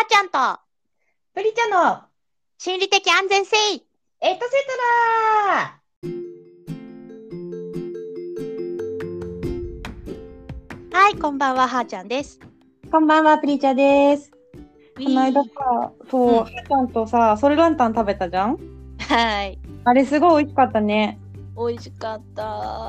ちゃんとプリちゃんの心理的安全性エトセトラ。 はい、こんばんは、はーちゃんです。 こんばんは、プリちゃんです。 ウィこの間ー。 さ、そう、はーちゃんとさ、ソルランタン食べたじゃん。 はい、 あれすごい美味しかったね。 美味しかった。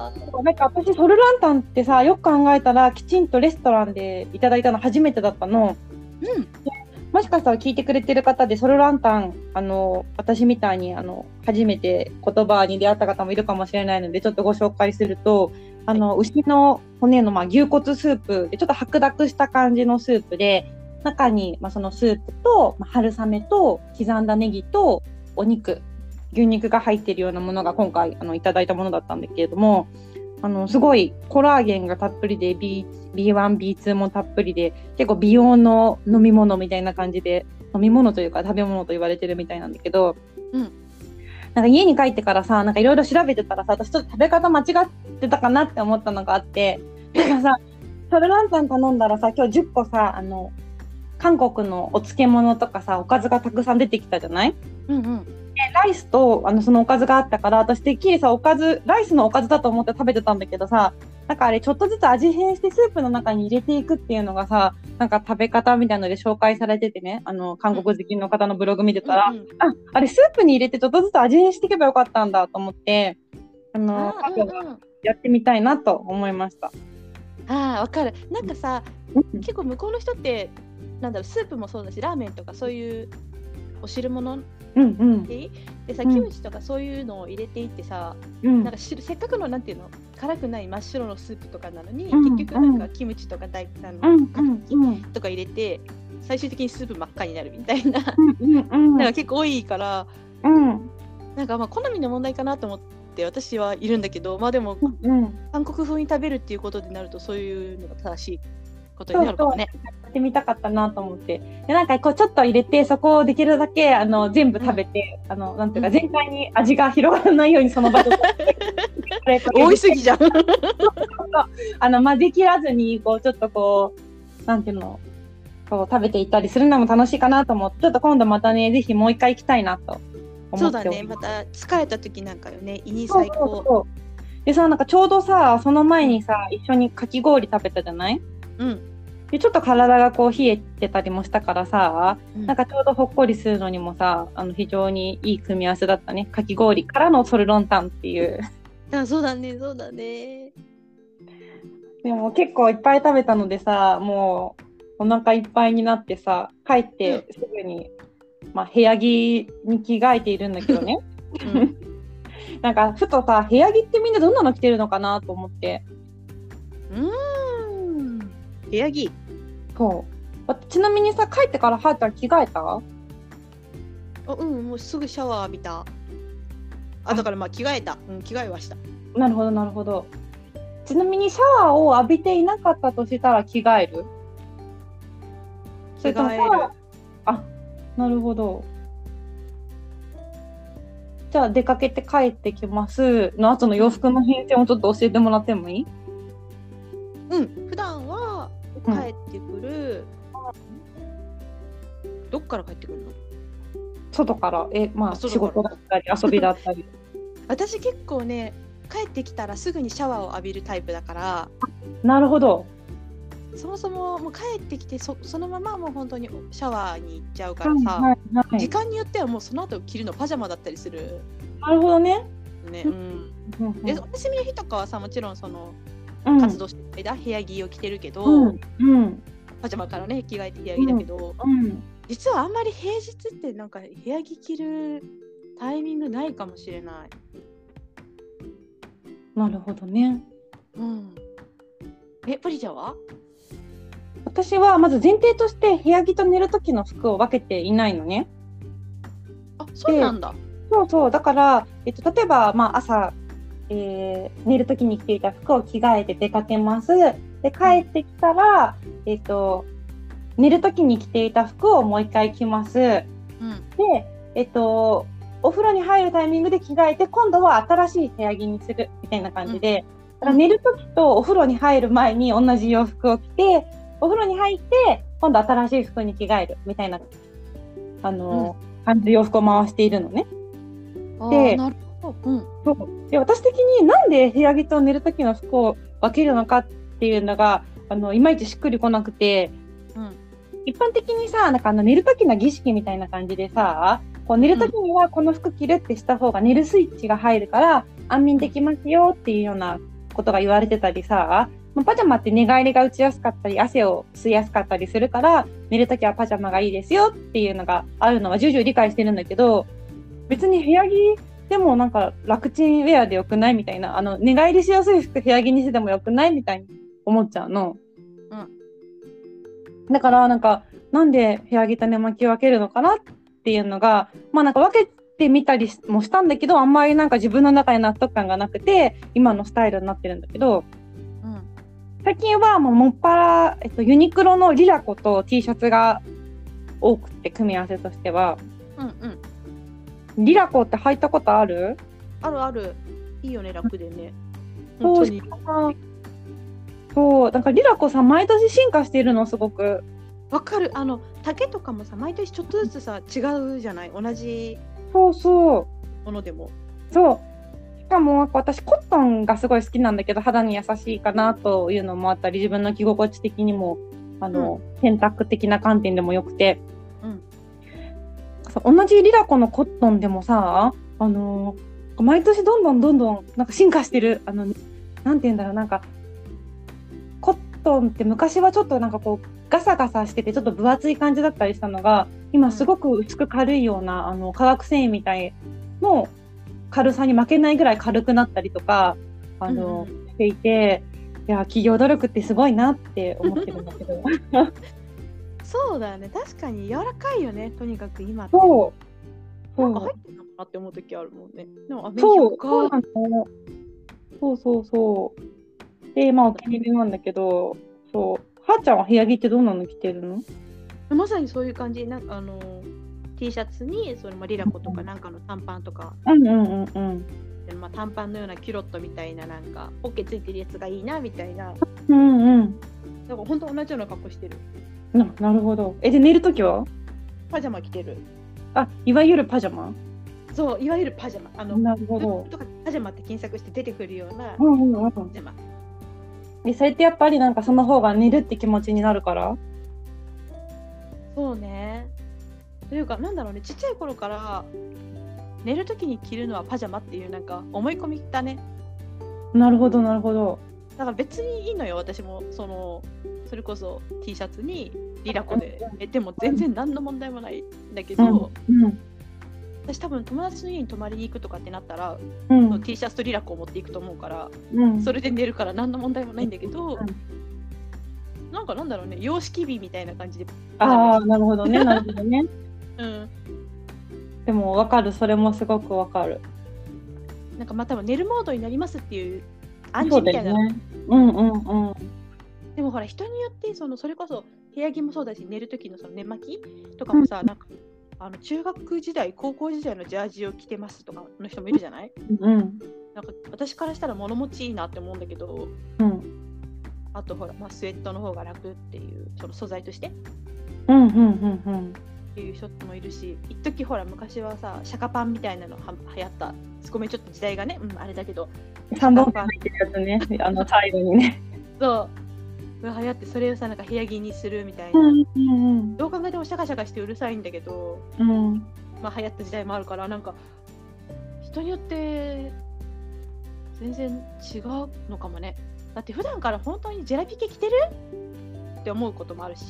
なんか私、ソルランタンってさ、よく考えたら、きちんとレストランでいただいたの初めてだったの。 うん、 もしかしたら聞いてくれてる方で、ソルランタン、私みたいに、初めて言葉に出会った方もいるかもしれないので、ちょっとご紹介すると、牛の骨の、牛骨スープで、ちょっと白濁した感じのスープで、中に、そのスープと、春雨と、刻んだネギと、お肉、牛肉が入っているようなものが今回、いただいたものだったんだけれども、すごいコラーゲンがたっぷりで、B1、B2 もたっぷりで、結構美容の飲み物みたいな感じで、飲み物というか食べ物と言われてるみたいなんだけど、 うん、 なんか家に帰ってからさ、なんかいろいろ調べてたらさ、私ちょっと食べ方間違ってたかなって思ったのがあって、なんかさ、ソルランタン頼んだらさ、今日10個さ、韓国のお漬物とかさ、おかずがたくさん出てきたじゃない？ うんうん。 ライスとそのおかずがあったから、私てっきりさ、ライスのおかずだと思って食べてたんだけどさ、なんかあれちょっとずつ味変してスープの中に入れていくっていうのがさ、なんか食べ方みたいなので紹介されててね、韓国好きの方のブログ見てたら、 うんうん、 あれスープに入れてちょっとずつ味変していけばよかったんだと思って、 うんやってみたいなと思いました。 わかる。なんかさ、結構向こうの人って、なんだろう、スープもそうだし、ラーメンとかそういうお汁物でさ、キムチとかそういうのを入れていってさ、なんかせっかくのなんていうの、辛くない真っ白のスープとかなのに、結局なんかキムチとか大胆のとか入れて、最終的にスープ真っ赤になるみたいな、なんか結構多いから、なんか好みの問題かなと思って私はいるんだけど、でも、韓国風に食べるっていうことになると、そういうのが正しいことになるかもね。 やってみたかったなと思って、でなんかこうちょっと入れて、そこをできるだけ全部食べて、なんていうか全体に味が広がらないようにその場で多いすぎじゃんできらずにこうちょっとこうなんていうの、こう食べていったりするのも楽しいかなと思って、ちょっと今度またね、ぜひもう一回行きたいなと思って。 そうだね、また疲れた時なんかよね、胃に最高。 でさ、なんかちょうどさ、その前にさ、一緒にかき氷食べたじゃない？でちょっと体がこう冷えてたりもしたからさ、なんかちょうどほっこりするのにもさ、非常にいい組み合わせだったね。かき氷からのソルロンタンっていう。 そうだね、そうだね。 でも結構いっぱい食べたのでさ、もうお腹いっぱいになってさ、帰ってすぐに、部屋着に着替えているんだけどね。なんかふとさ、部屋着ってみんなどんなの着てるのかなと思って。 部屋着。 そう。ちなみにさ、帰ってからはーちゃん着替えた？ もうすぐシャワー浴びた。だから着替えた。着替えはした。 なるほど、なるほど。ちなみにシャワーを浴びていなかったとしたら着替える？ 着替える。 なるほど。じゃあ出かけて帰ってきますの後の洋服の編成をちょっと教えてもらってもいい？ 普段は帰ってくる、どっから帰ってくるの？ 外から。仕事だったり遊びだったり私結構ね、帰ってきたらすぐにシャワーを浴びるタイプだから。 なるほど。 そもそももう帰ってきて そのままもう本当にシャワーに行っちゃうからさ、時間によってはもうその後着るのパジャマだったりする。 なるほどね。 で、お休みの日とかはさ、もちろんその活動してる間、部屋着を着てるけど、パジャマからね着替えて部屋着だけど、実はあんまり平日ってなんか部屋着着るタイミングないかもしれない。 なるほどね。 プリちゃんは？ 私はまず前提として部屋着と寝る時の服を分けていないのね。 そうなんだ。 そうだから、例えば、朝、寝る時に着ていた服を着替えて出かけます。で帰ってきたら、寝る時に着ていた服をもう一回着ます。で、お風呂に入るタイミングで着替えて、今度は新しい部屋着にするみたいな感じで、だから寝る時とお風呂に入る前に同じ洋服を着て、お風呂に入って今度新しい服に着替えるみたいな感じで洋服を回しているのね。で、なるほど。そうで、私的になんで部屋着と寝る時の服を分けるのかっていうのがいまいちしっくりこなくて、一般的にさ、なんか寝る時の儀式みたいな感じでさ、こう寝る時にはこの服着るってした方が寝るスイッチが入るから安眠できますよっていうようなことが言われてたりさ、パジャマって寝返りが打ちやすかったり汗を吸いやすかったりするから寝るときはパジャマがいいですよっていうのがあるのは重々理解してるんだけど、別に部屋着でもなんか楽ちんウェアでよくないみたいな、寝返りしやすい服部屋着にしてもよくないみたいに思っちゃうの。だからなんで部屋着と寝巻きを分けるのかなっていうのが、なんか分けてみたりもしたんだけど、あんまりなんか自分の中に納得感がなくて今のスタイルになってるんだけど、最近はもっぱら、ユニクロのリラコと T シャツが多くて、組み合わせとしては。リラコって履いたことある？ あるある。いいよね、楽でね。 そう、なんかリラコさ、毎年進化しているの、すごく。 わかる。丈とかもさ、毎年ちょっとずつさ、違うじゃない、同じものでも。 そう。しかも私コットンがすごい好きなんだけど、肌に優しいかなというのもあったり、自分の着心地的にも選択的な観点でもよくて、同じリラコのコットンでもさ、毎年どんどんなんか進化してる。なんていうんだろう、なんかコットンって昔はちょっとなんかこうガサガサしててちょっと分厚い感じだったりしたのが、今すごく薄く軽いような化学繊維みたいの軽さに負けないぐらい軽くなったりとかしていて、いや企業努力ってすごいなって思ってるんだけどそうだよね、確かに柔らかいよね、とにかく今って。なんか入ってるのかなって思う時あるもんね。でもアメリカそうなの。で、お気に入りなんだけど、はーちゃんは部屋着ってどんなの着てるの？ まさにそういう感じ。T シャツにリラコとかなんかの短パンとか、短パンのようなキュロットみたいな、なんかポッケついてるやつがいいなみたいな。だから本当同じような格好してる。 なるほど。で寝るときはパジャマ着てる。 いわゆるパジャマ？ そう、いわゆるパジャマ。 なるほど。 とかパジャマって検索して出てくるようなパジャマ。 それってやっぱりなんかその方が寝るって気持ちになるから？ そうね。というか、なんだろうね、ちっちゃい頃から寝るときに着るのはパジャマっていうなんか思い込みだね。 なるほどなるほど。 だから別にいいのよ、私もそれこそ T シャツにリラコで寝ても全然何の問題もないんだけど、私多分友達の家に泊まりに行くとかってなったら、T シャツとリラコを持っていくと思うから、それで寝るから何の問題もないんだけど、なんだろうね、洋式美みたいな感じで。 なるほどね、なるほどね。でも分かる、それもすごく分かる。 なんか多分寝るモードになりますっていう暗示みたいな。でもほら、人によってそれこそ部屋着もそうだし、寝る時の寝巻きとかもさ、なんか中学時代高校時代のジャージを着てますとかの人もいるじゃない？なんか私からしたら物持ちいいなって思うんだけど、あとほら、スウェットの方が楽っていうその素材としてっていう人もいるし、一時ほら昔はさシャカパンみたいなの流行った。ごめん、ちょっと時代がね、あれだけど 3本入ってるやつね、サイドにねそう流行って、それをさなんか部屋着にするみたいな、どう考えてもシャカシャカしてうるさいんだけど、流行った時代もあるから、なんか人によって全然違うのかもね。だって普段から本当にジェラピケ着てるって思うこともあるし。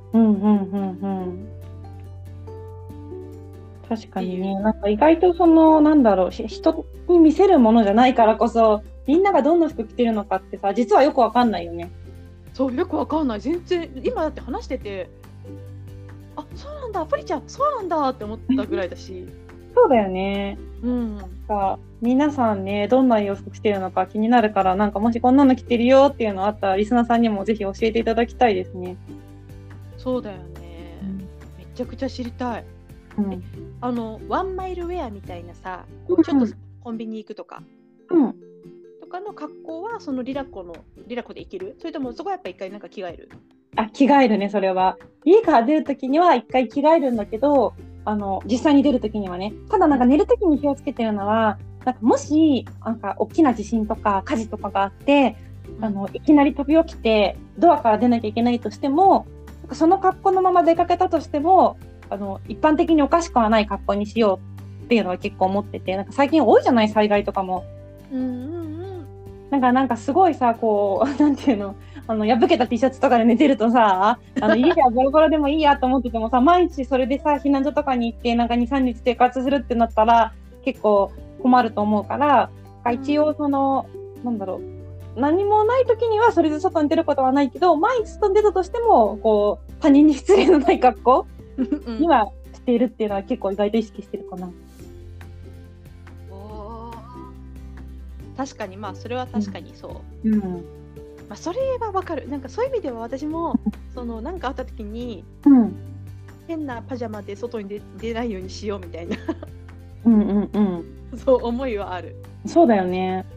確かにね、なんか意外となんだろう、人に見せるものじゃないからこそ、みんながどんな服着てるのかってさ、実はよくわかんないよね。 そう、よくわかんない。全然今だって話してて、そうなんだ、プリちゃんそうなんだって思ったぐらいだし。 そうだよね。皆さんね、どんな洋服着てるのか気になるから、なんかもしこんなの着てるよっていうのあったら、リスナーさんにもぜひ教えていただきたいですね。 そうだよね。めちゃくちゃ知りたい。ワンマイルウェアみたいなさ、ちょっとコンビニ行くとか、とかの格好はそのリラコでいける？それともそこはやっぱ一回なんか着替える？ 着替えるね、それは。家から出るときには一回着替えるんだけど、実際に出るときにはね。ただなんか寝るときに気をつけてるのは、なんかもし、なんか大きな地震とか火事とかがあって、いきなり飛び起きて、ドアから出なきゃいけないとしても、なんかその格好のまま出かけたとしても、一般的におかしくはない格好にしようっていうのは結構思ってて、なんか最近多いじゃない、災害とかも。なんかすごいさ、こう、なんていうの、破けた T シャツとかで寝てるとさ、家ではボロボロでもいいやと思っててもさ、毎日それでさ、避難所とかに行って、なんか2、3日生活するってなったら、結構困ると思うから、一応なんだろう、何もない時にはそれで外に出ることはないけど、毎日外に出たとしても、こう、他人に失礼のない格好にはしているっていうのは結構意外と意識してるかな。 確かに、まあそれは確かにそう。まあそれはわかる。なんかそういう意味では私もなんかあった時に、変なパジャマで外に出ないようにしようみたいなそう思いはある。 そうだよね。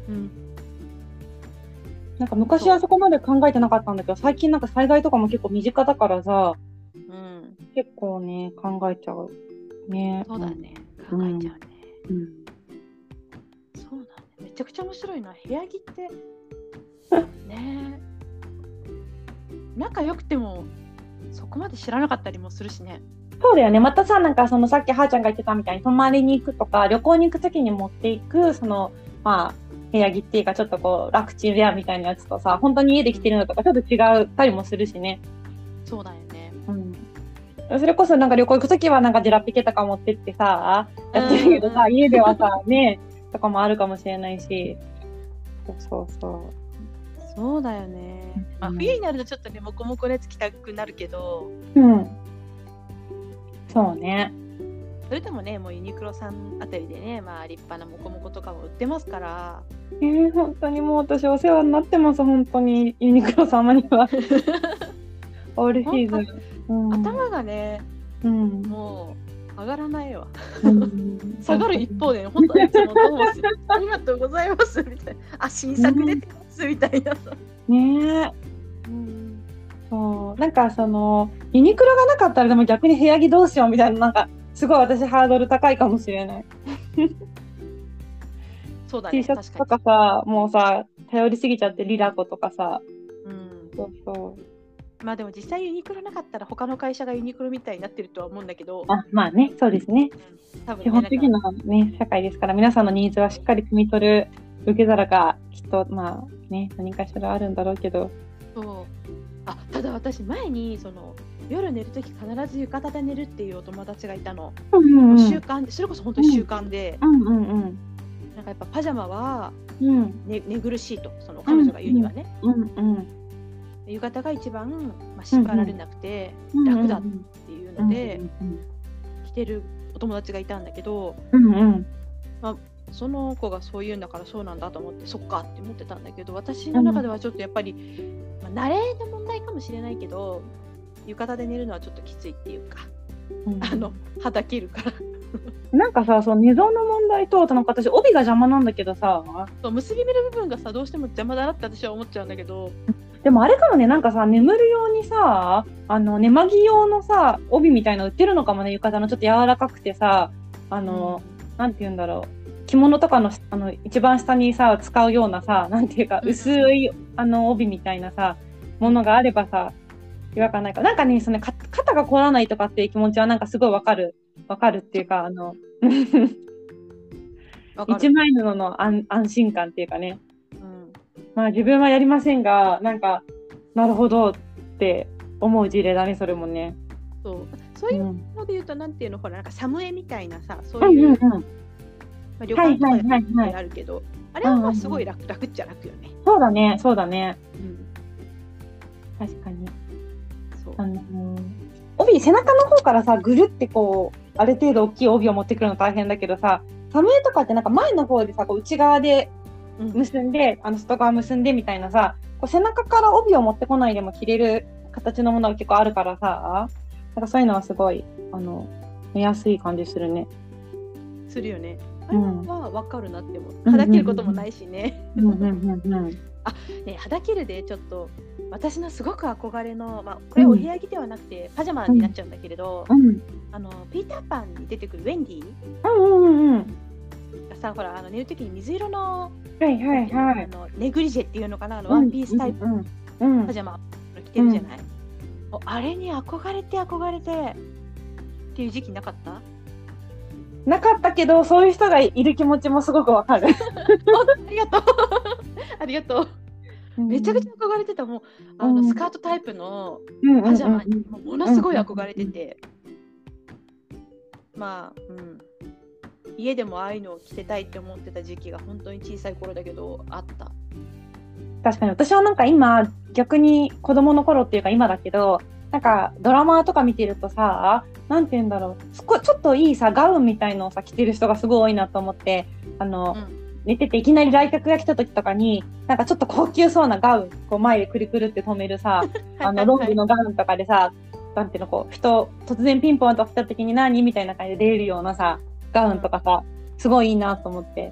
なんか昔はそこまで考えてなかったんだけど、最近なんか災害とかも結構身近だからさ、結構ね考えちゃうね。 そうだね、考えちゃうね。そうだね、めちゃくちゃ面白いな、部屋着ってね。仲良くてもそこまで知らなかったりもするしね。 そうだよね。またさ、なんかさっきはーちゃんが言ってたみたいに泊まりに行くとか旅行に行くときに持っていくまあ部屋着っていうかちょっとこう楽ちんウェアみたいなやつとさ、本当に家で着てるのとかちょっと違ったりもするしね。 そうだよね。 それこそなんか旅行行くときはなんかジェラピケとか持ってってさ、やってるけどさ、家ではさねとかもあるかもしれないし。 そうだよね。まあ、冬になるとちょっとねモコモコのやつ着たくなるけど。 そうね。 それでもね、もうユニクロさんあたりでね、まあ立派なモコモコとかも売ってますから。 本当にもう私お世話になってます、本当にユニクロ様には。オールシーズン。 頭がね、もう上がらないわ。下がる一方で、本当にいつもどうもありがとうございますみたいな。新作出てますみたいな。 ねえ。なんかユニクロがなかったらでも逆に部屋着どうしようみたいな、なんかすごい私ハードル高いかもしれない。 そうだね。 T シャツとかさ、もうさ頼りすぎちゃってリラコとかさ。 まあでも実際ユニクロなかったら他の会社がユニクロみたいになってるとは思うんだけど。 まあね、そうですね。多分ね、基本的なね社会ですから、皆さんのニーズはしっかり汲み取る受け皿がきっとまあね何かしらあるんだろうけど。 ただ私前に夜寝るとき必ず浴衣で寝るっていうお友達がいたの。習慣で、それこそ本当に習慣で、なんかやっぱパジャマは寝苦しいと、彼女が言うにはね。浴衣が一番、縛られなくて楽だっていうので着てるお友達がいたんだけど、その子がそう言うんだからそうなんだと思って、そっかって思ってたんだけど、私の中ではちょっとやっぱり、慣れの問題かもしれないけど、浴衣で寝るのはちょっときついっていうか、はだけるからなんかさ、寝相の問題と、なんか私帯が邪魔なんだけどさ、 結び目の部分がさどうしても邪魔だなって私は思っちゃうんだけど、 でもあれかもね、なんかさ眠るようにさ寝間着用のさ帯みたいなの売ってるのかもね、浴衣のちょっと柔らかくてさなんて言うんだろう、着物とかの一番下にさ使うようなさ、なんていうか薄い帯みたいなさものがあればさ違和感ないか。なんかね、肩が凝らないとかっていう気持ちはなんかすごいわかるっていうか一枚布の安心感っていうかね。まあ自分はやりませんが、なんかなるほどって思う事例だね、それもね。 そういうので言うと、なんていうの、ほらなんかサムエみたいなさ、そういう、旅館とかであるけど、あれはまあすごい楽っちゃ楽よね。 そうだね。確かに。帯、背中の方からさぐるってこうある程度大きい帯を持ってくるの大変だけどさ、サムエとかってなんか前の方でさこう内側で結んで、外側結んでみたいなさ、こう背中から帯を持ってこないでも着れる形のものが結構あるからさ、なんかそういうのはすごい寝やすい感じするね。 するよね。あれは分かるなって思う。はだけることもないしね。ね、はだけるでちょっと私のすごく憧れの、まあ、これお部屋着ではなくてパジャマになっちゃうんだけれど、ピーターパンに出てくるウェンディがさ、ほら寝るときに水色のネグリジェっていうのかな、ワンピースタイプパジャマを着てるじゃない、もうあれに憧れてっていう時期なかった？ なかったけど、そういう人がいる気持ちもすごくわかる。 ありがとうありがとう。めちゃくちゃ憧れてた。もうスカートタイプのパジャマにものすごい憧れてて、まあ、家でもああいうのを着てたいって思ってた時期が本当に小さい頃だけどあった。 確かに私はなんか今逆に子供の頃っていうか今だけど、なんかドラマとか見てるとさ、なんて言うんだろう、ちょっといいさガウンみたいのをさ着てる人がすごい多いなと思って、寝てていきなり来客が来た時とかに、なんかちょっと高級そうなガウン、こう前でくるくるって止めるさ、ロングのガウンとかでさ、なんていうの、こう突然ピンポンと来た時に何みたいな感じで出れるようなさガウンとかさ、すごいいいなと思って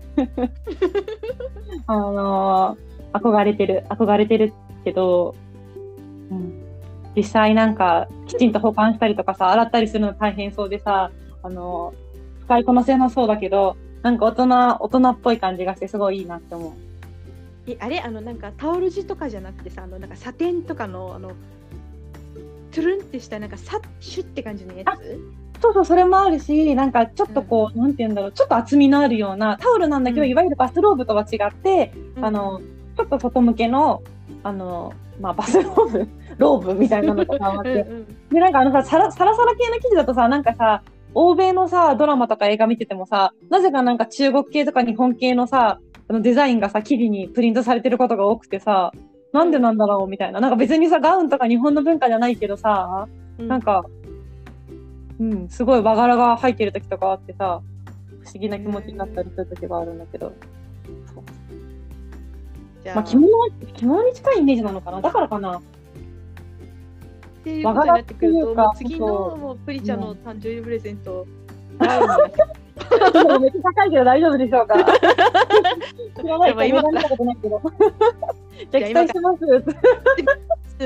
憧れてるけど、実際なんかきちんと保管したりとかさ、洗ったりするの大変そうでさ、使いこなせなそうだけど、なんか大人っぽい感じがしてすごいいいなって思う。 あれなんかタオル地とかじゃなくてさ、なんかサテンとかのトゥルンってしたなんかシュッって感じのやつ。 そう、それもあるし、なんかちょっとこう、なんて言うんだろう、ちょっと厚みのあるようなタオルなんだけど、いわゆるバスローブとは違って、ちょっと外向けのバスローブみたいなのとかあって、でなんかサラサラ系の生地だとさ、なんかさ、欧米のさドラマとか映画見ててもさ、なぜかなんか中国系とか日本系のさデザインがさ生地にプリントされてることが多くてさ、なんでなんだろうみたいな、なんか別にさガウンとか日本の文化じゃないけどさ、なんかすごい和柄が入ってる時とかあってさ、不思議な気持ちになったりする時があるんだけど、着物に近いイメージなのかな、だからかなっていうことになってくると、もう次のもうプリちゃんの誕生日プレゼント、めっちゃ高いけど大丈夫でしょうか。知らないから見たことないけど。じゃあ期待してます。 と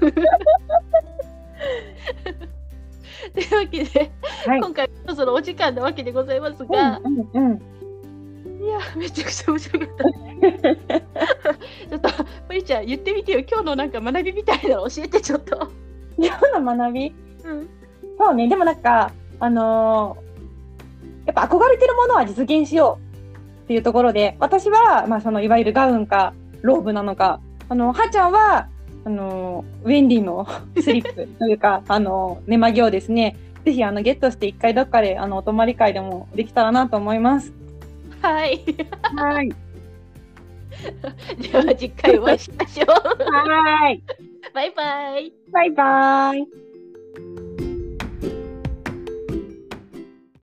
いうわけで、今回そろそろお時間なわけでございますが、いやめちゃくちゃ面白かった。ちょっとプリちゃん言ってみてよ、今日のなんか学びみたいなの教えてちょっと。 今日の学び、そうね、でもなんかやっぱ憧れてるものは実現しようっていうところで、私はそのいわゆるガウンかローブなのか、はーちゃんはウェンディのスリップというか寝間着をですね、ぜひゲットして一回どっかでお泊まり会でもできたらなと思います。 はい。 はい。 では次回お会いしましょう。 はい。 バイバイ。 バイバイ。